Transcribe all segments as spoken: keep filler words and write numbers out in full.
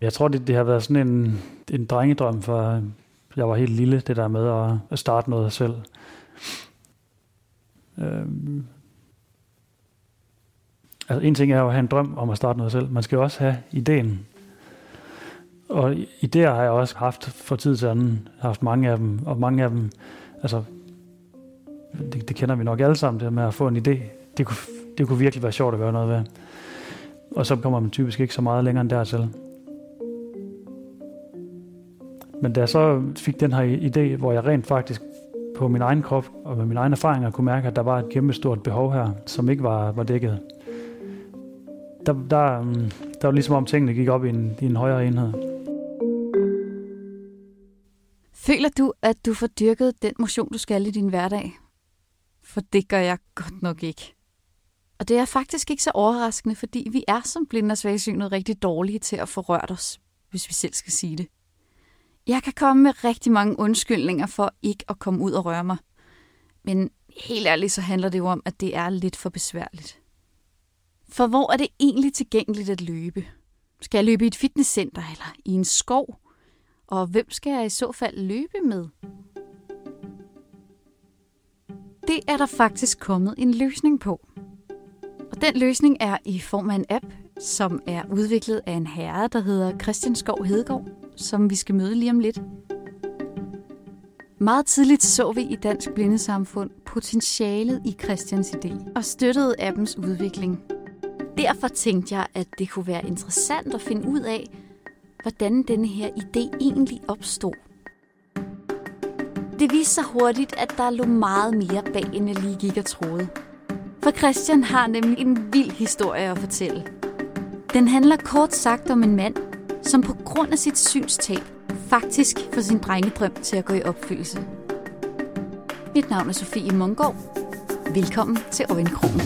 Jeg tror, det, det har været sådan en, en drengedrøm, for jeg var helt lille, det der med at, at starte noget selv. Øhm. Altså en ting er jo at have en drøm om at starte noget selv. Man skal jo også have ideen. Og idéer har jeg også haft for tid til anden. Jeg har haft mange af dem, og mange af dem, altså, det, det kender vi nok alle sammen, det med at få en idé. Det kunne, det kunne virkelig være sjovt at gøre noget ved. Og så kommer man typisk ikke så meget længere end dertil. Men da jeg så fik den her idé, hvor jeg rent faktisk på min egen krop og med mine egne erfaringer kunne mærke, at der var et kæmpe stort behov her, som ikke var, var dækket. Der, der, der var ligesom om tingene gik op i en, i en højere enhed. Føler du, at du får dyrket den motion, du skal i din hverdag? For det gør jeg godt nok ikke. Og det er faktisk ikke så overraskende, fordi vi er som blinde og svagsynede rigtig dårlige til at få rørt os, hvis vi selv skal sige det. Jeg kan komme med rigtig mange undskyldninger for ikke at komme ud og røre mig. Men helt ærligt, så handler det jo om, at det er lidt for besværligt. For hvor er det egentlig tilgængeligt at løbe? Skal jeg løbe i et fitnesscenter eller i en skov? Og hvem skal jeg i så fald løbe med? Det er der faktisk kommet en løsning på. Og den løsning er i form af en app, som er udviklet af en herre, der hedder Christian Skov Hedegaard, som vi skal møde lige om lidt. Meget tidligt så vi i Dansk Blindesamfund potentialet i Christians idé og støttede appens udvikling. Derfor tænkte jeg, at det kunne være interessant at finde ud af, hvordan denne her idé egentlig opstod. Det viste sig hurtigt, at der lå meget mere bag, end jeg lige gik og troede. For Christian har nemlig en vild historie at fortælle. Den handler kort sagt om en mand, som på grund af sit synstab faktisk får sin drengedrøm til at gå i opfyldelse. Mit navn er Sofie Munggaard. Velkommen til Øjenkrogen.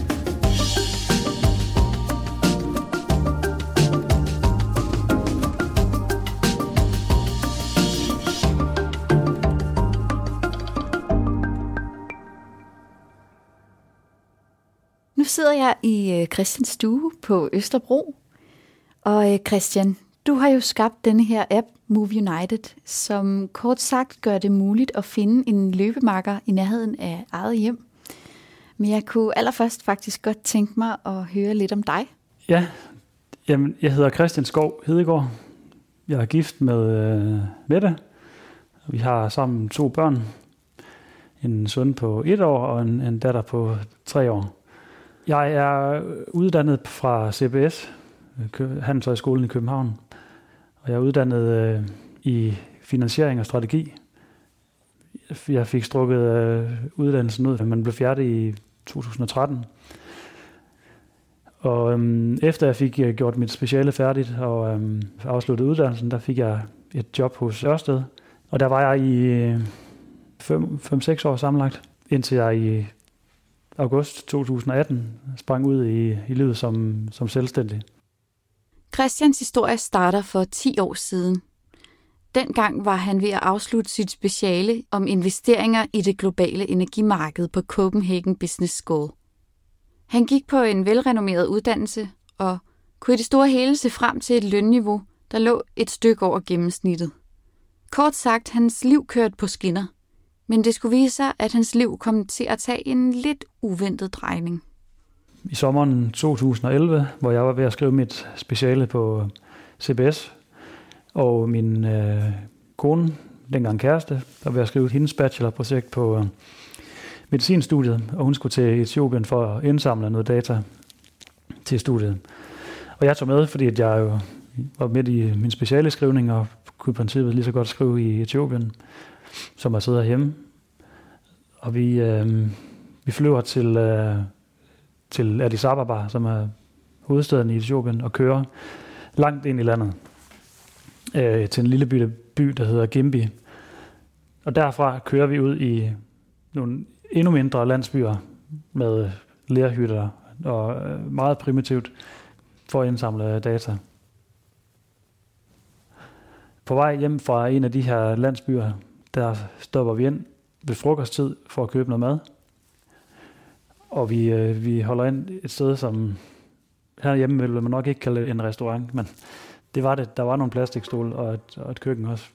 Nu sidder jeg i Christians stue på Østerbro. Og Christian, du har jo skabt denne her app, Move United, som kort sagt gør det muligt at finde en løbemarker i nærheden af eget hjem. Men jeg kunne allerførst faktisk godt tænke mig at høre lidt om dig. Ja, jamen, jeg hedder Christian Skov Hedegaard. Jeg er gift med øh, Mette. Vi har sammen to børn. En søn på et år og en, en datter på tre år. Jeg er uddannet fra C B S, Handelshøjskolen i København, og jeg er uddannet øh, i finansiering og strategi. Jeg fik strukket øh, uddannelsen ud, men blev færdig i to tusind og tretten. Og øh, efter jeg fik øh, gjort mit speciale færdigt og øh, afsluttet uddannelsen, der fik jeg et job hos Ørsted. Og der var jeg i fem seks år sammenlagt, indtil jeg i august to tusind og atten sprang ud i, i livet som, som selvstændig. Christians historie starter for ti år siden. Dengang var han ved at afslutte sit speciale om investeringer i det globale energimarked på Copenhagen Business School. Han gik på en velrenommeret uddannelse og kunne i det store hele se frem til et lønniveau, der lå et stykke over gennemsnittet. Kort sagt, hans liv kørte på skinner, men det skulle vise sig, at hans liv kom til at tage en lidt uventet drejning. I sommeren to tusind og elleve, hvor jeg var ved at skrive mit speciale på C B S, og min øh, kone, dengang kæreste, der var ved at skrive hendes bachelorprojekt på øh, medicinstudiet, og hun skulle til Etiopien for at indsamle noget data til studiet. Og jeg tog med, fordi at jeg jo var midt i min speciale skrivning, og kunne i princippet lige så godt skrive i Etiopien, som jeg sidder hjemme. Og vi, øh, vi flyver til... Øh, til Addis Ababa, som er hovedstaden i Etiopien, og kører langt ind i landet øh, til en lille by, by, der hedder Gimbi. Og derfra kører vi ud i nogle endnu mindre landsbyer med lerhytter og øh, meget primitivt for at indsamle data. På vej hjem fra en af de her landsbyer, der stopper vi ind ved frokosttid for at købe noget mad. Og vi, øh, vi holder ind et sted, som herhjemme vil man nok ikke kalde en restaurant, men Det var det. Der var nogle plastikstol og et, og et køkken også.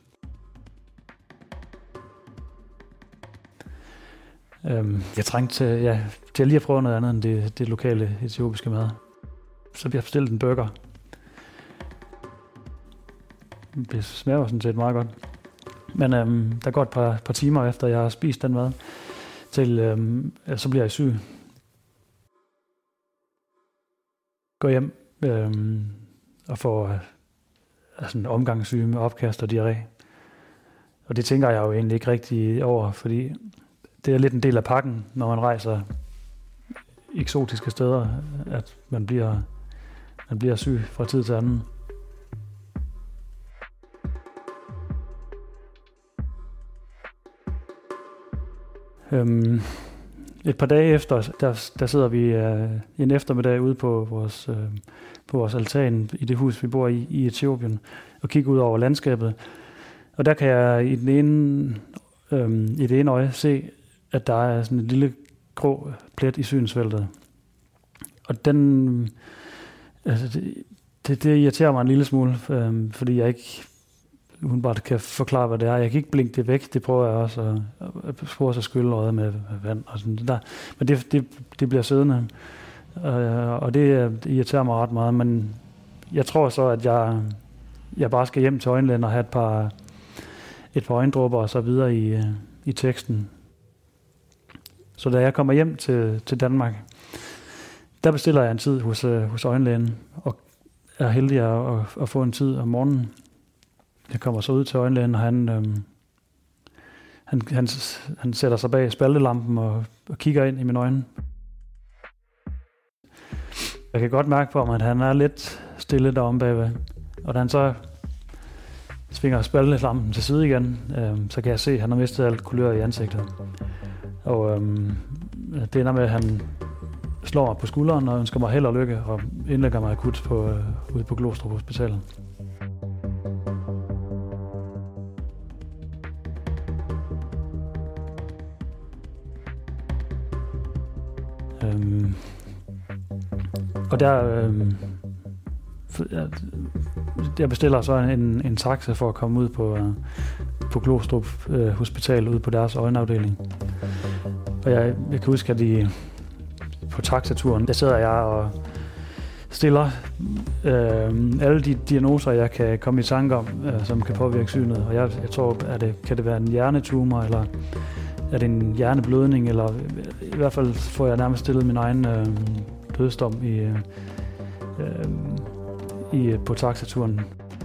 Øhm, jeg trængte til, ja, til lige at prøve noget andet end det, det lokale etiopiske mad. Så jeg bestilte en burger. Det smager sådan set meget godt. Men øhm, der går et par, par timer efter, jeg har spist den mad, til øhm, så bliver jeg syg. Går hjem øhm, og får øh, altså en omgangssyge med opkast og diarré. Og det tænker jeg jo egentlig ikke rigtig over, fordi det er lidt en del af pakken, når man rejser eksotiske steder, at man bliver, man bliver syg fra tid til anden. Øhm, et par dage efter, der, der sidder vi øh, en eftermiddag ude på vores, øh, på vores altan i det hus, vi bor i i Etiopien, og kigger ud over landskabet. Og der kan jeg i, den ene, øh, i det ene øje se, at der er sådan en lille grå plet i synsfeltet. Og den, altså det, det, det irriterer mig en lille smule, øh, fordi jeg ikke hun bare kan forklare, hvad det er. Jeg kan ikke blinke det væk. Det prøver jeg også at, at prøve at skylle noget med vand og sådan der. Men det, det, det bliver siddende. Øh, og det, det irriterer mig ret meget. Men jeg tror så, at jeg, jeg bare skal hjem til øjenlægen og have et par, et par øjendråber og så videre i, i teksten. Så da jeg kommer hjem til, til Danmark, der bestiller jeg en tid hos, hos øjenlægen og er heldig at, at, at få en tid om morgenen. Jeg kommer så ud til øjenlægen, og han, øhm, han, han, han sætter sig bag spaltelampen og, og kigger ind i mine øjne. Jeg kan godt mærke på ham, at han er lidt stille deromme bagved. Og da han så svinger spaltelampen til side igen, øhm, så kan jeg se, at han har mistet alt kulør i ansigtet. Og øhm, det ender med, at han slår mig på skulderen og ønsker mig held og lykke og indlægger mig akut på, øh, ude på Glostrup Hospital. Øhm, og der øhm, jeg, jeg bestiller så en, en taxa for at komme ud på, øh, på Glostrup øh, Hospital ude på deres øjenafdeling. Og jeg, jeg kan huske, at de, på taxaturen, der sidder jeg og stiller øh, alle de diagnoser, jeg kan komme i tanke om, øh, som kan påvirke synet. Og jeg, jeg tror, at det, kan det være en hjernetumor, eller er det en hjerneblødning, eller i hvert fald får jeg nærmest stillet min egen øh, dødsdom i, øh, i, på taxaturen.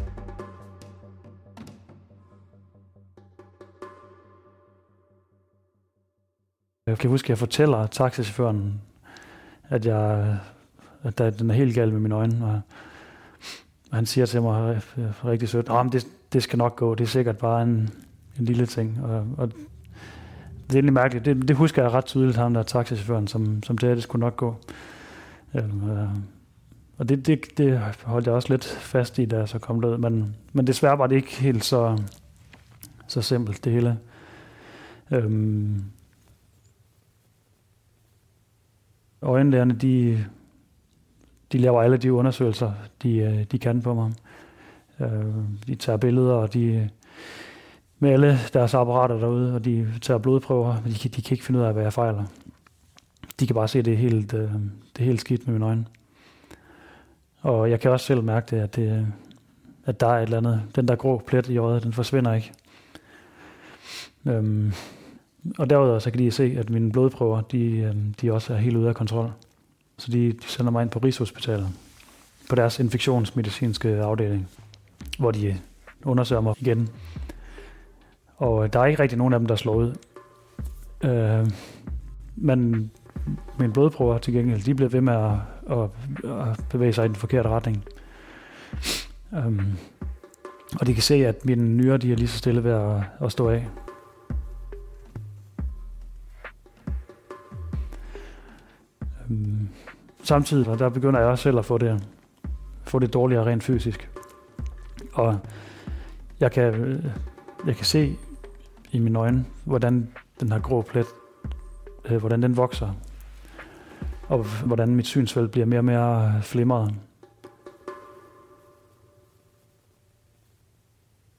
Jeg kan huske, at jeg fortæller taxichaufføren, at, jeg, at der, den er helt gal med mine øjne. Og han siger til mig rigtig sødt, at det, det skal nok gå, det er sikkert bare en, en lille ting. Og, og det er egentlig mærkeligt. Det, det husker jeg ret tydeligt, ham der taxichaufføren, som, som det, det skulle nok gå. Øhm, øh, og det, det, det holdt jeg også lidt fast i, da jeg så kom derud. Men, men desværre var det ikke helt så, så simpelt, det hele. Øhm, Øjenlægerne, de, de laver alle de undersøgelser, de, de kan på mig. De tager billeder, og de med alle deres apparater derude, og de tager blodprøver, men de, de kan ikke finde ud af, hvad jeg fejler. De kan bare se, at det er helt, det er helt skidt med mine øjne. Og jeg kan også selv mærke det, at, det, at der er et eller andet. Den der grå plet i øjet, den forsvinder ikke. Øhm, Og derudover så kan de se, at mine blodprøver, de, de også er helt ude af kontrol. Så de, de sender mig ind på Rigshospitalet, på deres infektionsmedicinske afdeling, hvor de undersøger mig igen. Og der er ikke rigtig nogen af dem, der slår ud. Øh, men mine blodprøver til gengæld, de bliver ved med at, at, at bevæge sig i den forkerte retning. Um, og de kan se, at mine nyrer, de er lige så stille ved at, at stå af. Um, samtidig, der begynder jeg også selv at få det, få det dårligere rent fysisk. Og jeg kan, jeg kan se i mine øjne, hvordan den her grå plet, øh, hvordan den vokser, og hvordan mit synsfelt bliver mere og mere flimret.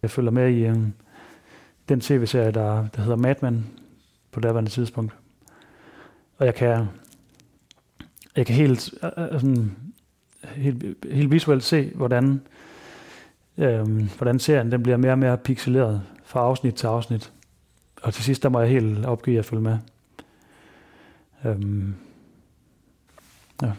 Jeg følger med i um, den tv-serie, der, der hedder Mad Men på daværende tidspunkt. Og jeg kan, jeg kan helt, uh, sådan, helt, helt visuelt se, hvordan, um, hvordan serien den bliver mere og mere pixeleret fra afsnit til afsnit. Og til sidst, der må jeg helt opgive at følge med. Um, ja.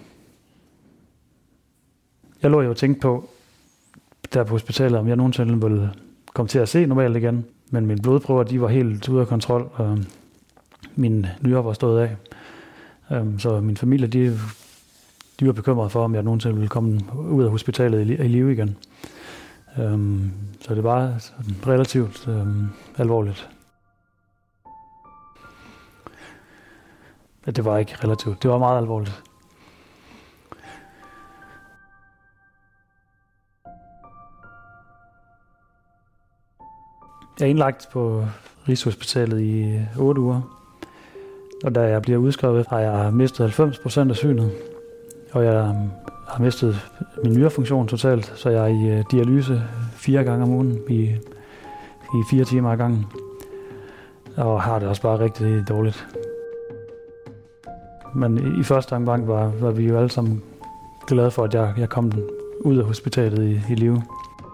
Jeg lå jo og tænkte på, der på hospitalet, om jeg nogensinde ville komme til at se normalt igen. Men mine blodprøver, de var helt ude af kontrol, og mine nyrer var stået af. Um, så min familie, de, de var bekymrede for, om jeg nogensinde ville komme ud af hospitalet i, i live igen. Um, så det var sådan relativt um, alvorligt. Det var ikke relativt. Det var meget alvorligt. Jeg er indlagt på Rigshospitalet i otte uger, og da jeg bliver udskrevet, har jeg mistet halvfems procent af synet, og jeg har mistet min nyrefunktion totalt, så jeg er i dialyse fire gange om ugen i, i fire timer ad gangen, og har det også bare rigtig dårligt. Men i første omgang var, var vi jo alle sammen glade for, at jeg, jeg kom ud af hospitalet i, i live.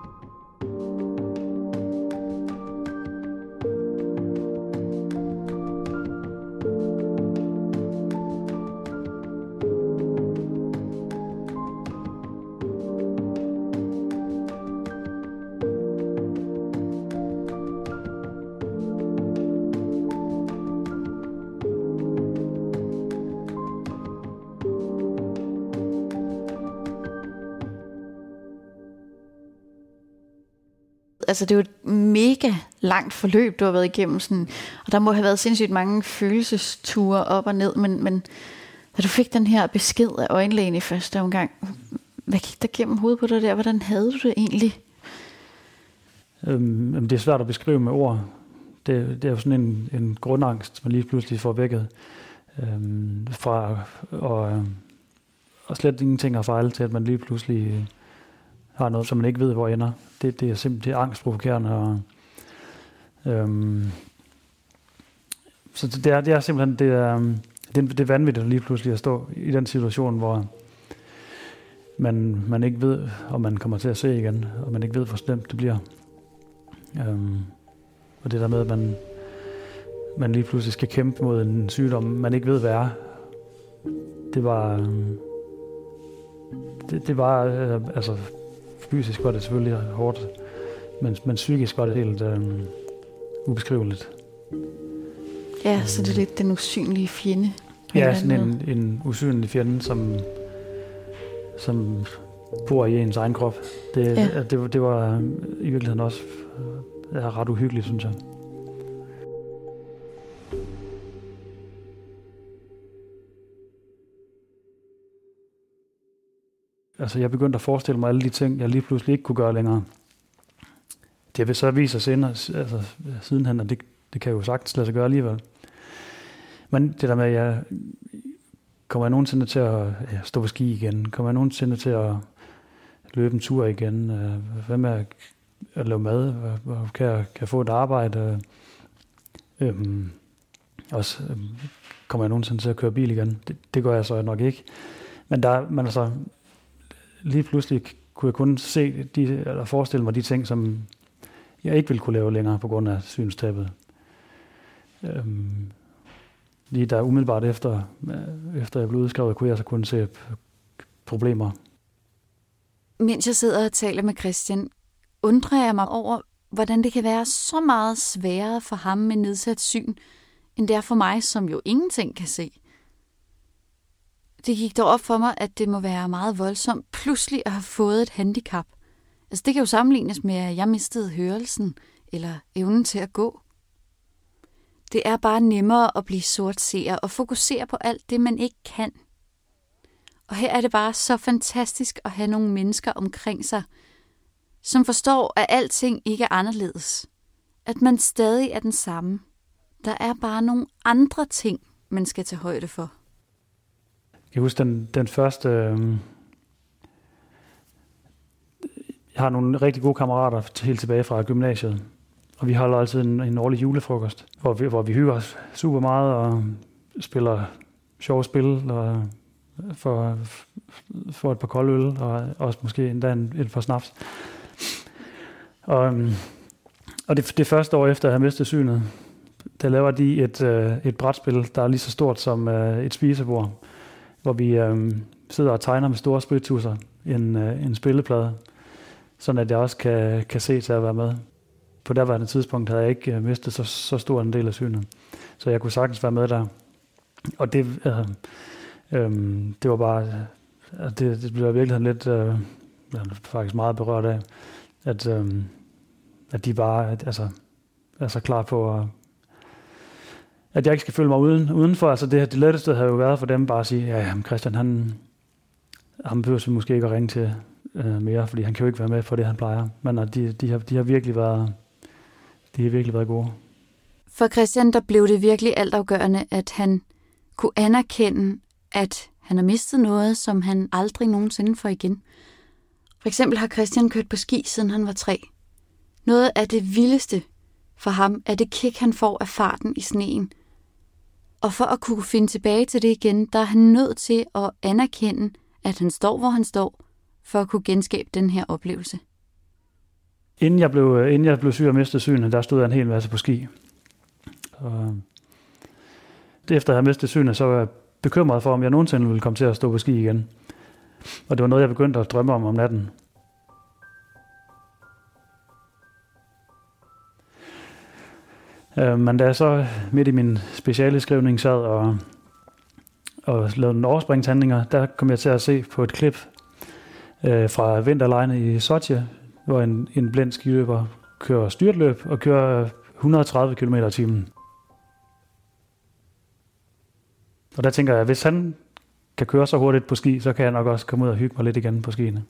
Altså, det er jo et mega langt forløb, du har været igennem, sådan, og der må have været sindssygt mange følelsesture op og ned, men, men da du fik den her besked af øjenlægen i første omgang, hvad gik der gennem hovedet på dig der? Hvordan havde du det egentlig? Øhm, det er svært at beskrive med ord. Det, det er jo sådan en, en grundangst, man lige pludselig får vækket øhm, fra, og, og slet ingenting har fejlet til, at man lige pludselig har noget, som man ikke ved, hvor ender. Det, det er simpelthen det er angstprovokerende. Og, øhm, så det er, det er simpelthen det er, det, det er vanvittigt lige pludselig at stå i den situation, hvor man, man ikke ved, om man kommer til at se igen, og man ikke ved, hvor slemt det bliver. Øhm, og det der med, at man, man lige pludselig skal kæmpe mod en sygdom, man ikke ved, hvad er. Det var... Det, det var... Øh, altså... Fysisk var det selvfølgelig hårdt, men, men psykisk var det helt øh, ubeskriveligt. Ja, så det er lidt den usynlige fjende. Ja, sådan en, en usynlig fjende, som, som bor i ens egen krop. Det, ja. det, det var i virkeligheden også øh, ret uhyggeligt, synes jeg. Altså, jeg begyndte at forestille mig alle de ting, jeg lige pludselig ikke kunne gøre længere. Det vil så vise sig senere, altså sidenhen, og det, det kan jo sagtens lade sig gøre alligevel. Men det der med, at jeg kommer jeg nogensinde til at ja, stå på ski igen? Kommer jeg nogensinde til at løbe en tur igen? Hvad med at, at lave mad? Kan jeg, kan jeg få et arbejde? Øhm, også, øhm, kommer jeg nogensinde til at køre bil igen? Det, det gør jeg så nok ikke. Men der, man altså... Lige pludselig kunne jeg kun se de, eller forestille mig de ting, som jeg ikke ville kunne lave længere på grund af synstabet. Øhm, lige der umiddelbart efter, efter jeg blev udskrevet, kunne jeg så kun se problemer. Mens jeg sidder og taler med Christian, undrer jeg mig over, hvordan det kan være så meget sværere for ham med nedsat syn, end det er for mig, som jo ingenting kan se. Det gik dog op for mig, at det må være meget voldsomt pludselig at have fået et handicap. Altså det kan jo sammenlignes med, at jeg mistede hørelsen eller evnen til at gå. Det er bare nemmere at blive sortseer og fokusere på alt det, man ikke kan. Og her er det bare så fantastisk at have nogle mennesker omkring sig, som forstår, at alting ikke er anderledes. At man stadig er den samme. Der er bare nogle andre ting, man skal tage højde for. Jeg husker den, den første... Øh, Jeg har nogle rigtig gode kammerater helt tilbage fra gymnasiet, og vi holder altid en, en årlig julefrokost, hvor vi, hvor vi hygger os super meget og spiller sjove spil og får, får et par kolde øl og også måske endda en, et par snaps. Og, og det, det første år efter at have mistet synet, der laver de et, et brætspil, der er lige så stort som et spisebord, hvor vi um, sidder og tegner med store sprittusser en, en spilleplade, sådan at jeg også kan, kan se til at være med. På derværende tidspunkt havde jeg ikke mistet så, så stor en del af synet, så jeg kunne sagtens være med der. Og det, øh, øh, det var bare, øh, det, det blev i virkeligheden lidt, øh, faktisk meget berørt af, at, øh, at de bare at, altså, er så klar på, at, at jeg ikke skal føle mig uden, udenfor. Altså det, det letteste havde jo været for dem bare at sige, ja, ja Christian, han, han behøver vi måske ikke at ringe til øh, mere, fordi han kan jo ikke være med på det, han plejer. Men at de, de, har, de har virkelig været, de har virkelig været gode. For Christian, der blev det virkelig altafgørende, at han kunne anerkende, at han har mistet noget, som han aldrig nogensinde får igen. For eksempel har Christian kørt på ski, siden han var tre. Noget af det vildeste for ham er det kick, han får af farten i sneen. Og for at kunne finde tilbage til det igen, der er han nødt til at anerkende, at han står, hvor han står, for at kunne genskabe den her oplevelse. Inden jeg blev, inden jeg blev syg og mistede synet, der stod jeg en hel masse på ski. Og efter at have mistet synet, så var jeg bekymret for, om jeg nogensinde ville komme til at stå på ski igen. Og det var noget, jeg begyndte at drømme om om natten. Øh, men da jeg så midt i min specialeskrivning sad og, og lavede nogle overspringshandlinger, der kom jeg til at se på et klip øh, fra vinterlejene i Sochi, hvor en, en blind skiløber kører styrtløb og kører et hundrede og tredive kilometer i timen. Og der tænker jeg, at hvis han kan køre så hurtigt på ski, så kan jeg nok også komme ud og hygge mig lidt igen på skiene.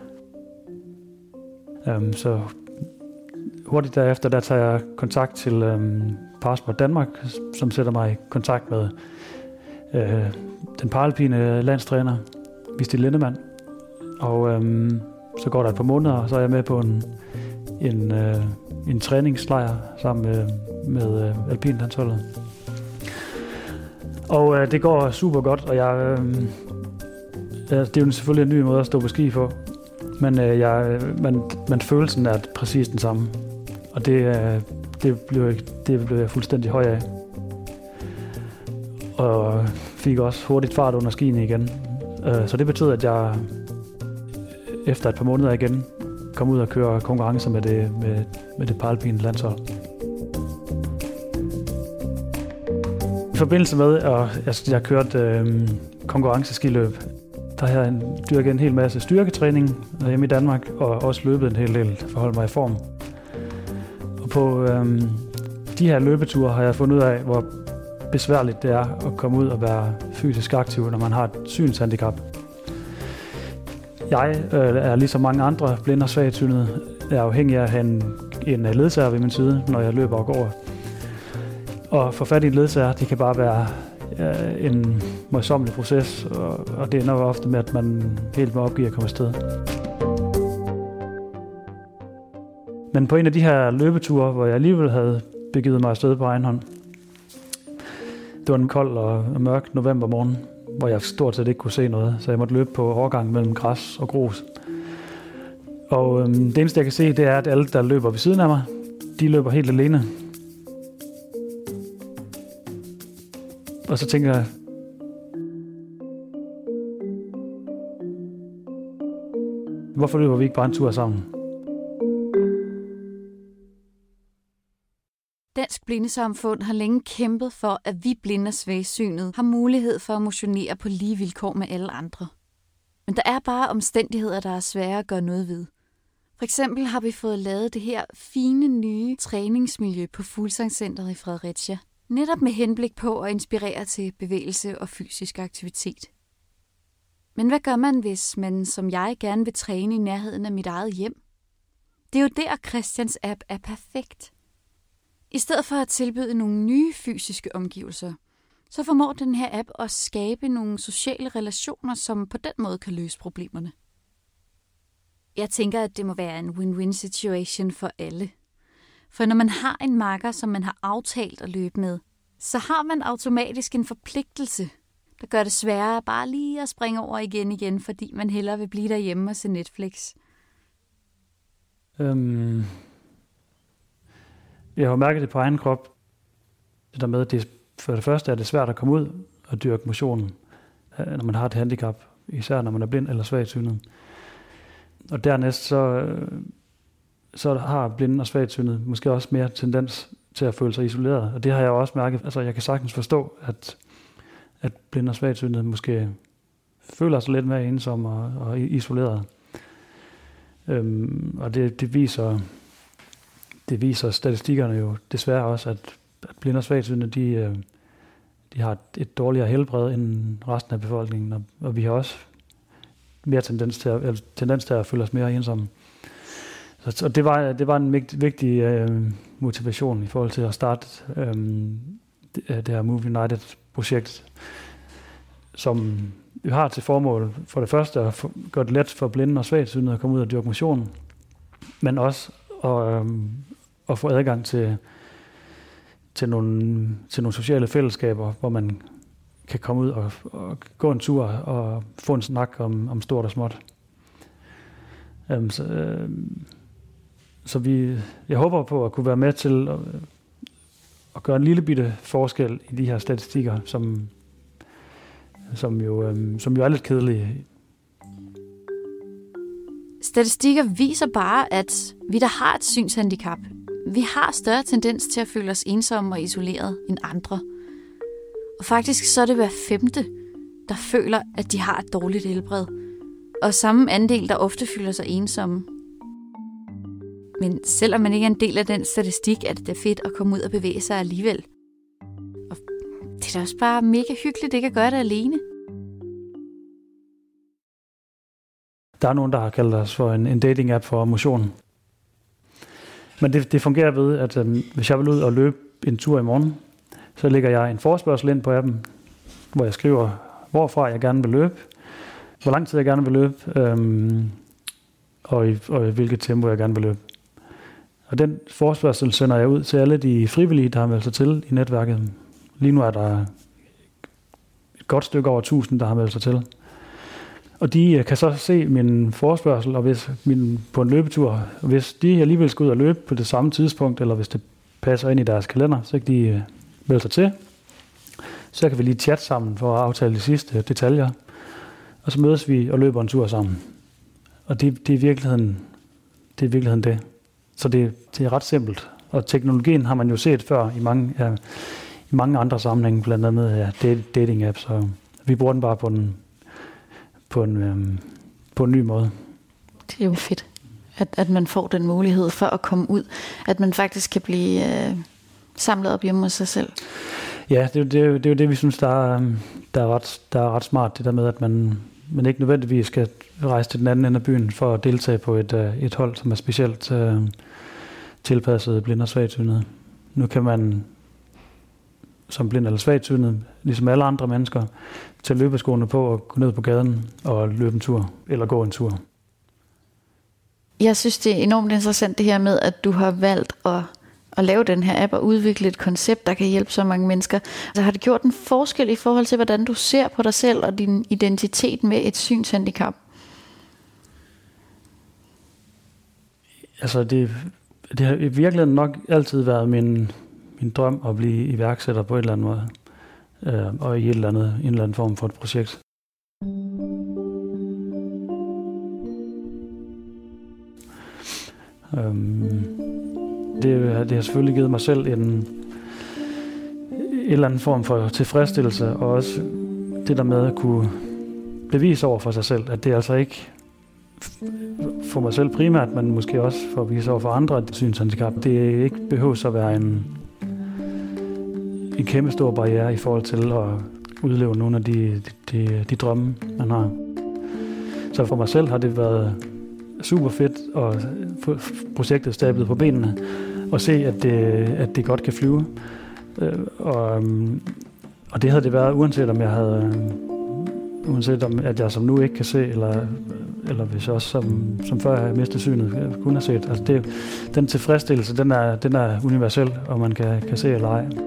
Um, så hurtigt derefter, der tager jeg kontakt til um, Parasport Danmark, som sætter mig i kontakt med uh, den paralpine landstræner, Visti Lindemann. Og um, så går der et par måneder, og så er jeg med på en, en, uh, en træningslejr sammen med, med uh, alpinlandsholdet. Og øh, det går super godt, og jeg, øh, det er jo selvfølgelig en ny måde at stå på ski på, men øh, jeg, man, man følelsen er præcis den samme, og det, øh, det, blev, det blev jeg fuldstændig høj af. Og fik også hurtigt fart under skiene igen, øh, så det betød, at jeg efter et par måneder igen kom ud og køre konkurrencer med det, med, med det paralpine landshold. I forbindelse med, at jeg, jeg kørte øh, konkurrenceskiløb, der har jeg dyrket en hel masse styrketræning hjemme i Danmark, og også løbet en hel del for at holde mig i form. Og på øh, de her løbeture har jeg fundet ud af, hvor besværligt det er at komme ud og være fysisk aktiv, når man har et synshandicap. Jeg øh, er ligesom mange andre blinde og svagsynede, er afhængig af at have en, en ledsager ved min side, når jeg løber og går. Og få fat i en ledsager, det kan bare være øh, en møjsommelig proces, og, og det ender ofte med, at man helt må opgive at komme afsted. Men på en af de her løbeture, hvor jeg alligevel havde begivet mig afsted på egen hånd, det var en kold og mørk novembermorgen, hvor jeg stort set ikke kunne se noget, så jeg måtte løbe på overgang mellem græs og grus. Og øh, det eneste, jeg kan se, det er, at alle, der løber ved siden af mig, de løber helt alene. Og så tænker jeg, hvorfor løber vi ikke bare en tur sammen? Dansk Blindesamfund har længe kæmpet for, at vi blinde og svagsynede har mulighed for at motionere på lige vilkår med alle andre. Men der er bare omstændigheder, der er svære at gøre noget ved. For eksempel har vi fået lavet det her fine nye træningsmiljø på Fuglsangscentret i Fredericia. Netop med henblik på at inspirere til bevægelse og fysisk aktivitet. Men hvad gør man, hvis man som jeg gerne vil træne i nærheden af mit eget hjem? Det er jo der, Christians app er perfekt. I stedet for at tilbyde nogle nye fysiske omgivelser, så formår den her app at skabe nogle sociale relationer, som på den måde kan løse problemerne. Jeg tænker, at det må være en win-win situation for alle. For når man har en makker, som man har aftalt at løbe med, så har man automatisk en forpligtelse, der gør det sværere bare lige at springe over igen igen, fordi man hellere vil blive derhjemme og se Netflix. Øhm, jeg har mærket det på egen krop. Det der med, at det, for det første er det svært at komme ud og dyrke motion, når man har et handicap, især når man er blind eller svagsynet. Og dernæst så, så har blinde og svagsynet måske også mere tendens til at føle sig isoleret. Og det har jeg også mærket. Altså jeg kan sagtens forstå, at, at blinde og svagsynet måske føler sig lidt mere ensomme og, og isoleret. Øhm, og det, det viser det viser statistikkerne jo desværre også, at, at blinde og svagsynet, de, de har et, et dårligere helbred end resten af befolkningen, og, og vi har også mere tendens til at, eller, tendens til at føle os mere ensomme. Så, så det var det var en vigtig, vigtig øh, motivation i forhold til at starte øh, det, det her Move United projekt, som vi har til formål for det første at for, gøre det let for blinde og svagsynede at komme ud og dyrke motion, men også at, øh, at få adgang til til nogle til nogle sociale fællesskaber, hvor man kan komme ud og, og gå en tur og få en snak om, om stort og småt. Um, så, øh, så vi, jeg håber på at kunne være med til at, at gøre en lille bitte forskel i de her statistikker, som, som, jo, øh, som jo er lidt kedelige. Statistikker viser bare, at vi, der har et synshandicap, vi har større tendens til at føle os ensomme og isoleret end andre. Og faktisk så er det hver femte, der føler, at de har et dårligt helbred. Og samme andel, der ofte føler sig ensomme. Men selvom man ikke er en del af den statistik, er det da fedt at komme ud og bevæge sig alligevel. Og det er da også bare mega hyggeligt ikke at gøre det alene. Der er nogen, der har kaldt os for en, en dating-app for motion. Men det, det fungerer ved, at øhm, hvis jeg vil ud og løbe en tur i morgen, så lægger jeg en forespørgsel ind på appen, hvor jeg skriver, hvorfra jeg gerne vil løbe, hvor lang tid jeg gerne vil løbe, øhm, og, i, og i hvilket tempo jeg gerne vil løbe. Og den forespørgsel sender jeg ud til alle de frivillige, der har meldt sig til i netværket. Lige nu er der et godt stykke over tusind, der har meldt sig til. Og de kan så se min forespørgsel og hvis min, på en løbetur. Og hvis de alligevel skal ud og løbe på det samme tidspunkt, eller hvis det passer ind i deres kalender, så kan de melde sig til. Så kan vi lige chatte sammen for at aftale de sidste detaljer. Og så mødes vi og løber en tur sammen. Og det, det, er, virkeligheden, det er virkeligheden det. Så det, det er ret simpelt. Og teknologien har man jo set før i mange, ja, i mange andre sammenhænge, blandt andet ja, dating-apps. Og vi bruger den bare på en, på en, øhm, på en ny måde. Det er jo fedt, at, at man får den mulighed for at komme ud. At man faktisk kan blive øh, samlet op hjemme hos sig selv. Ja, det, det, det er jo det, vi synes, der er, der er, ret, der er ret smart. Det der med, at man, man ikke nødvendigvis skal rejse til den anden ende af byen for at deltage på et, et hold, som er specielt uh, tilpasset blind og svagsynede. Nu kan man som blind eller svagsynet, ligesom alle andre mennesker, tage løbeskoene på og gå ned på gaden og løbe en tur, eller gå en tur. Jeg synes, det er enormt interessant det her med, at du har valgt at, at lave den her app og udvikle et koncept, der kan hjælpe så mange mennesker. Altså, har det gjort en forskel i forhold til, hvordan du ser på dig selv og din identitet med et synshandicap? Altså, det, det har i virkeligheden nok altid været min, min drøm at blive iværksætter på et eller andet måde. Øh, og i et eller andet, en eller anden form for et projekt. Øhm, det, det har selvfølgelig givet mig selv en, en eller anden form for tilfredsstillelse, og også det der med at kunne bevise over for sig selv, at det er altså ikke for mig selv primært, men måske også for at vise over for andre et synshandicap. Det ikke behøver at være en, en kæmpe stor barriere i forhold til at udleve nogle af de, de, de, de drømme, man har. Så for mig selv har det været super fedt at få projektet stablet på benene og se, at det, at det godt kan flyve. Og, og det havde det været, uanset om jeg havde, uanset om at jeg som nu ikke kan se, eller eller hvis jeg også som, som før jeg mistede synet kunne have set. Altså det, den tilfredsstillelse, den er, den er universel, og man kan, kan se eller ej.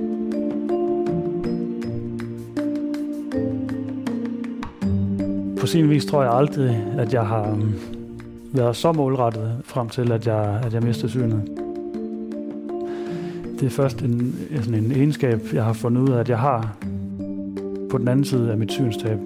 På sin vis tror jeg aldrig, at jeg har været så målrettet frem til, at jeg, at jeg mistede synet. Det er først en, sådan en egenskab, jeg har fundet ud af, at jeg har på den anden side af mit synstab.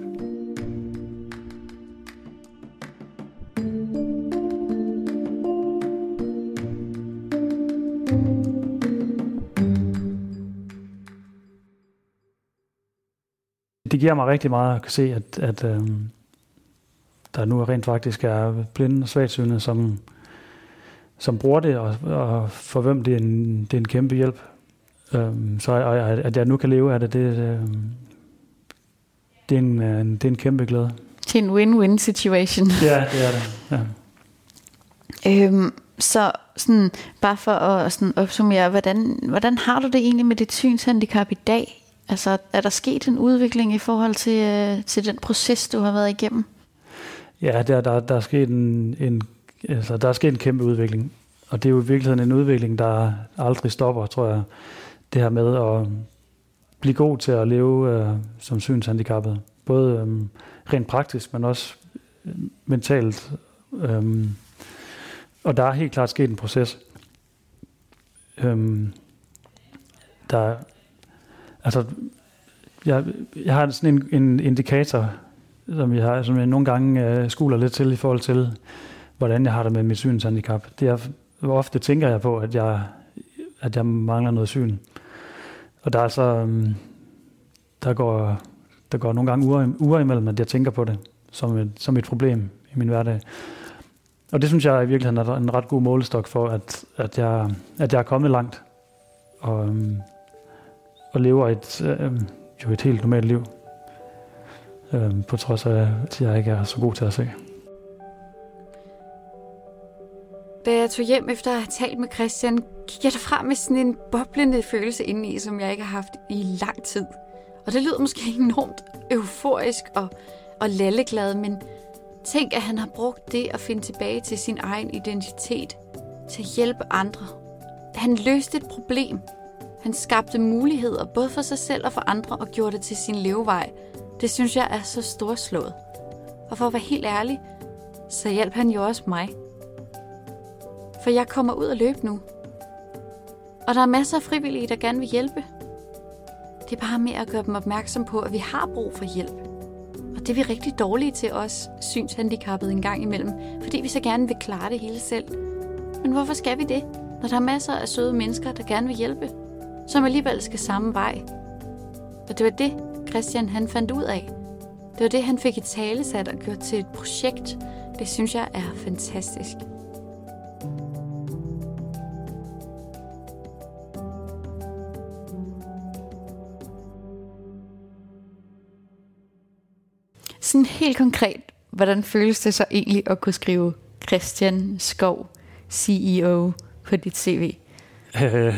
Det giver mig rigtig meget at se, at, at øhm, der nu rent faktisk er blinde og svagsynede, som, som bruger det, og, og for hvem det er en, det er en kæmpe hjælp. Øhm, så og, at jeg nu kan leve af det, det, øhm, det, er, en, en, det er en kæmpe glæde. Til en win-win situation. Ja, det er det. Ja. Øhm, så sådan, bare for at sådan opsummere, hvordan, hvordan har du det egentlig med dit synshandicap i dag? Altså, er der sket en udvikling i forhold til, øh, til den proces, du har været igennem? Ja, der, der, der, er sket en, en, altså, der er sket en kæmpe udvikling. Og det er jo i virkeligheden en udvikling, der aldrig stopper, tror jeg. Det her med at blive god til at leve øh, som synshandicappet. Både øh, rent praktisk, men også øh, mentalt. Øh, og der er helt klart sket en proces. Øh, der Altså, jeg, jeg har sådan en, en indikator, som jeg, har, som jeg nogle gange øh, skuler lidt til i forhold til, hvordan jeg har det med mit synshandicap. Det er, ofte tænker jeg på, at jeg, at jeg mangler noget syn. Og der er så, um, der går, der går nogle gange uger, uger imellem, at jeg tænker på det som et, som et problem i min hverdag. Og det synes jeg i virkeligheden er en ret god målestok for, at, at, jeg, at jeg er kommet langt. Og... Um, og lever et, øh, jo et helt normalt liv, øh, på trods af, at jeg ikke er så god til at se. Da jeg tog hjem efter at have talt med Christian, gik jeg derfra med sådan en boblende følelse indeni, som jeg ikke har haft i lang tid. Og det lyder måske enormt euforisk og, og lalleglad, men tænk, at han har brugt det at finde tilbage til sin egen identitet, til at hjælpe andre. Han løste et problem. Han skabte muligheder både for sig selv og for andre og gjorde det til sin levevej. Det synes jeg er så storslået. Og for at være helt ærlig, så hjalp han jo også mig. For jeg kommer ud og løbe nu. Og der er masser af frivillige, der gerne vil hjælpe. Det er bare med at gøre dem opmærksom på, at vi har brug for hjælp. Og det er vi rigtig dårlige til os synshandicappede en gang imellem, fordi vi så gerne vil klare det hele selv. Men hvorfor skal vi det, når der er masser af søde mennesker, der gerne vil hjælpe, som alligevel skal samme vej? Og det var det, Christian han fandt ud af. Det var det, han fik i talesat og gjort til et projekt. Det synes jeg er fantastisk. Sådan helt konkret, hvordan føles det så egentlig at kunne skrive Christian Skov, C E O, på dit C V? Øh,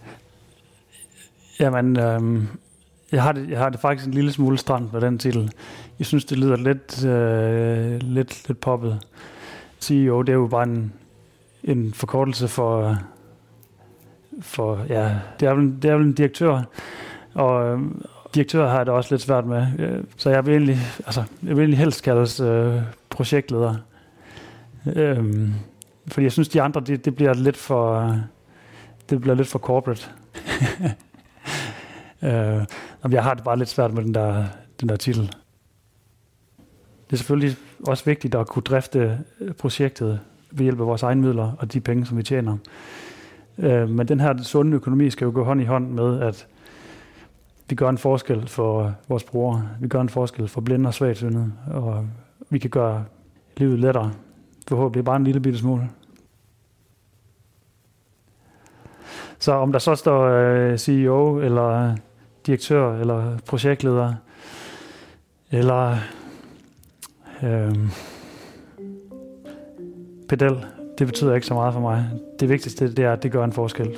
jamen, øh, jeg, har det, jeg har det faktisk en lille smule stramt med den titel. Jeg synes, det lyder lidt, øh, lidt, lidt poppet. C E O, det er jo bare en, en forkortelse for, for ja, det er vel, det er vel en direktør, og øh, direktør har jeg det også lidt svært med, så jeg vil egentlig, altså, jeg vil egentlig helst kaldes øh, projektleder. Øhm, fordi jeg synes, de andre, det, det bliver lidt for, det bliver lidt for corporate. øh, jeg har det bare lidt svært med den der, den der titel. Det er selvfølgelig også vigtigt at kunne drifte projektet ved hjælp af vores egne midler og de penge, som vi tjener. Øh, men den her sunde økonomi skal jo gå hånd i hånd med, at vi gør en forskel for vores brugere. Vi gør en forskel for blinde og svagsynede, og vi kan gøre livet lettere. Forhåbentlig bare en lille bitte smule. Så om der så står uh, C E O, eller direktør, eller projektleder, eller uh, pedel, det betyder ikke så meget for mig. Det vigtigste det er, at det gør en forskel.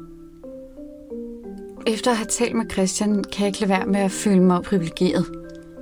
Efter at have talt med Christian, kan jeg ikke lade være med at føle mig privilegeret.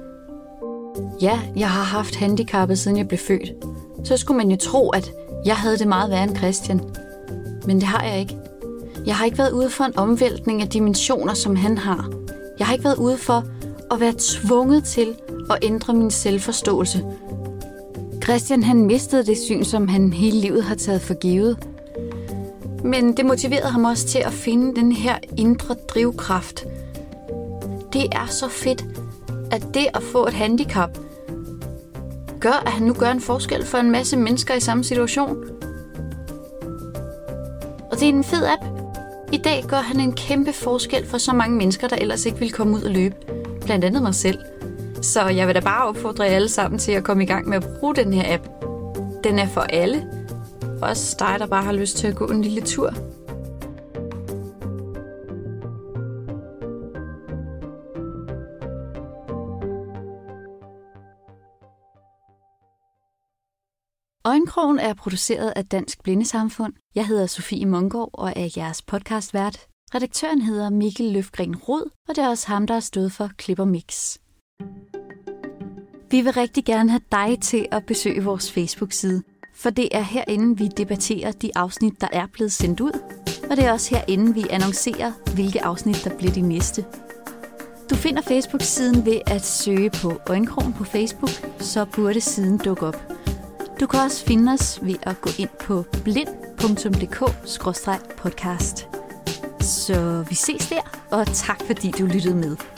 Ja, jeg har haft handicappet, siden jeg blev født. Så skulle man jo tro, at jeg havde det meget værre end Christian. Men det har jeg ikke. Jeg har ikke været ude for en omvæltning af dimensioner, som han har. Jeg har ikke været ude for at være tvunget til at ændre min selvforståelse. Christian, han mistede det syn, som han hele livet har taget for givet. Men det motiverede ham også til at finde den her indre drivkraft. Det er så fedt, at det at få et handicap gør, at han nu gør en forskel for en masse mennesker i samme situation. Og det er en fed app. I dag gør han en kæmpe forskel for så mange mennesker, der ellers ikke vil komme ud og løbe. Blandt andet mig selv. Så jeg vil da bare opfordre jer alle sammen til at komme i gang med at bruge den her app. Den er for alle. Også dig, der bare har lyst til at gå en lille tur. Øjenkrogen er produceret af Dansk Blindesamfund. Jeg hedder Sofie Mungård og er jeres podcastvært. Redaktøren hedder Mikkel Løfgren Rod, og det er også ham, der har stået for Klip og Mix. Vi vil rigtig gerne have dig til at besøge vores Facebook-side, for det er herinde, vi debatterer de afsnit, der er blevet sendt ud, og det er også herinde, vi annoncerer, hvilke afsnit, der bliver de næste. Du finder Facebook-siden ved at søge på Øjenkrogen på Facebook, så burde siden dukke op. Du kan også finde os ved at gå ind på blind punktum d k skråstreg podcast. Så vi ses der, og tak fordi du lyttede med.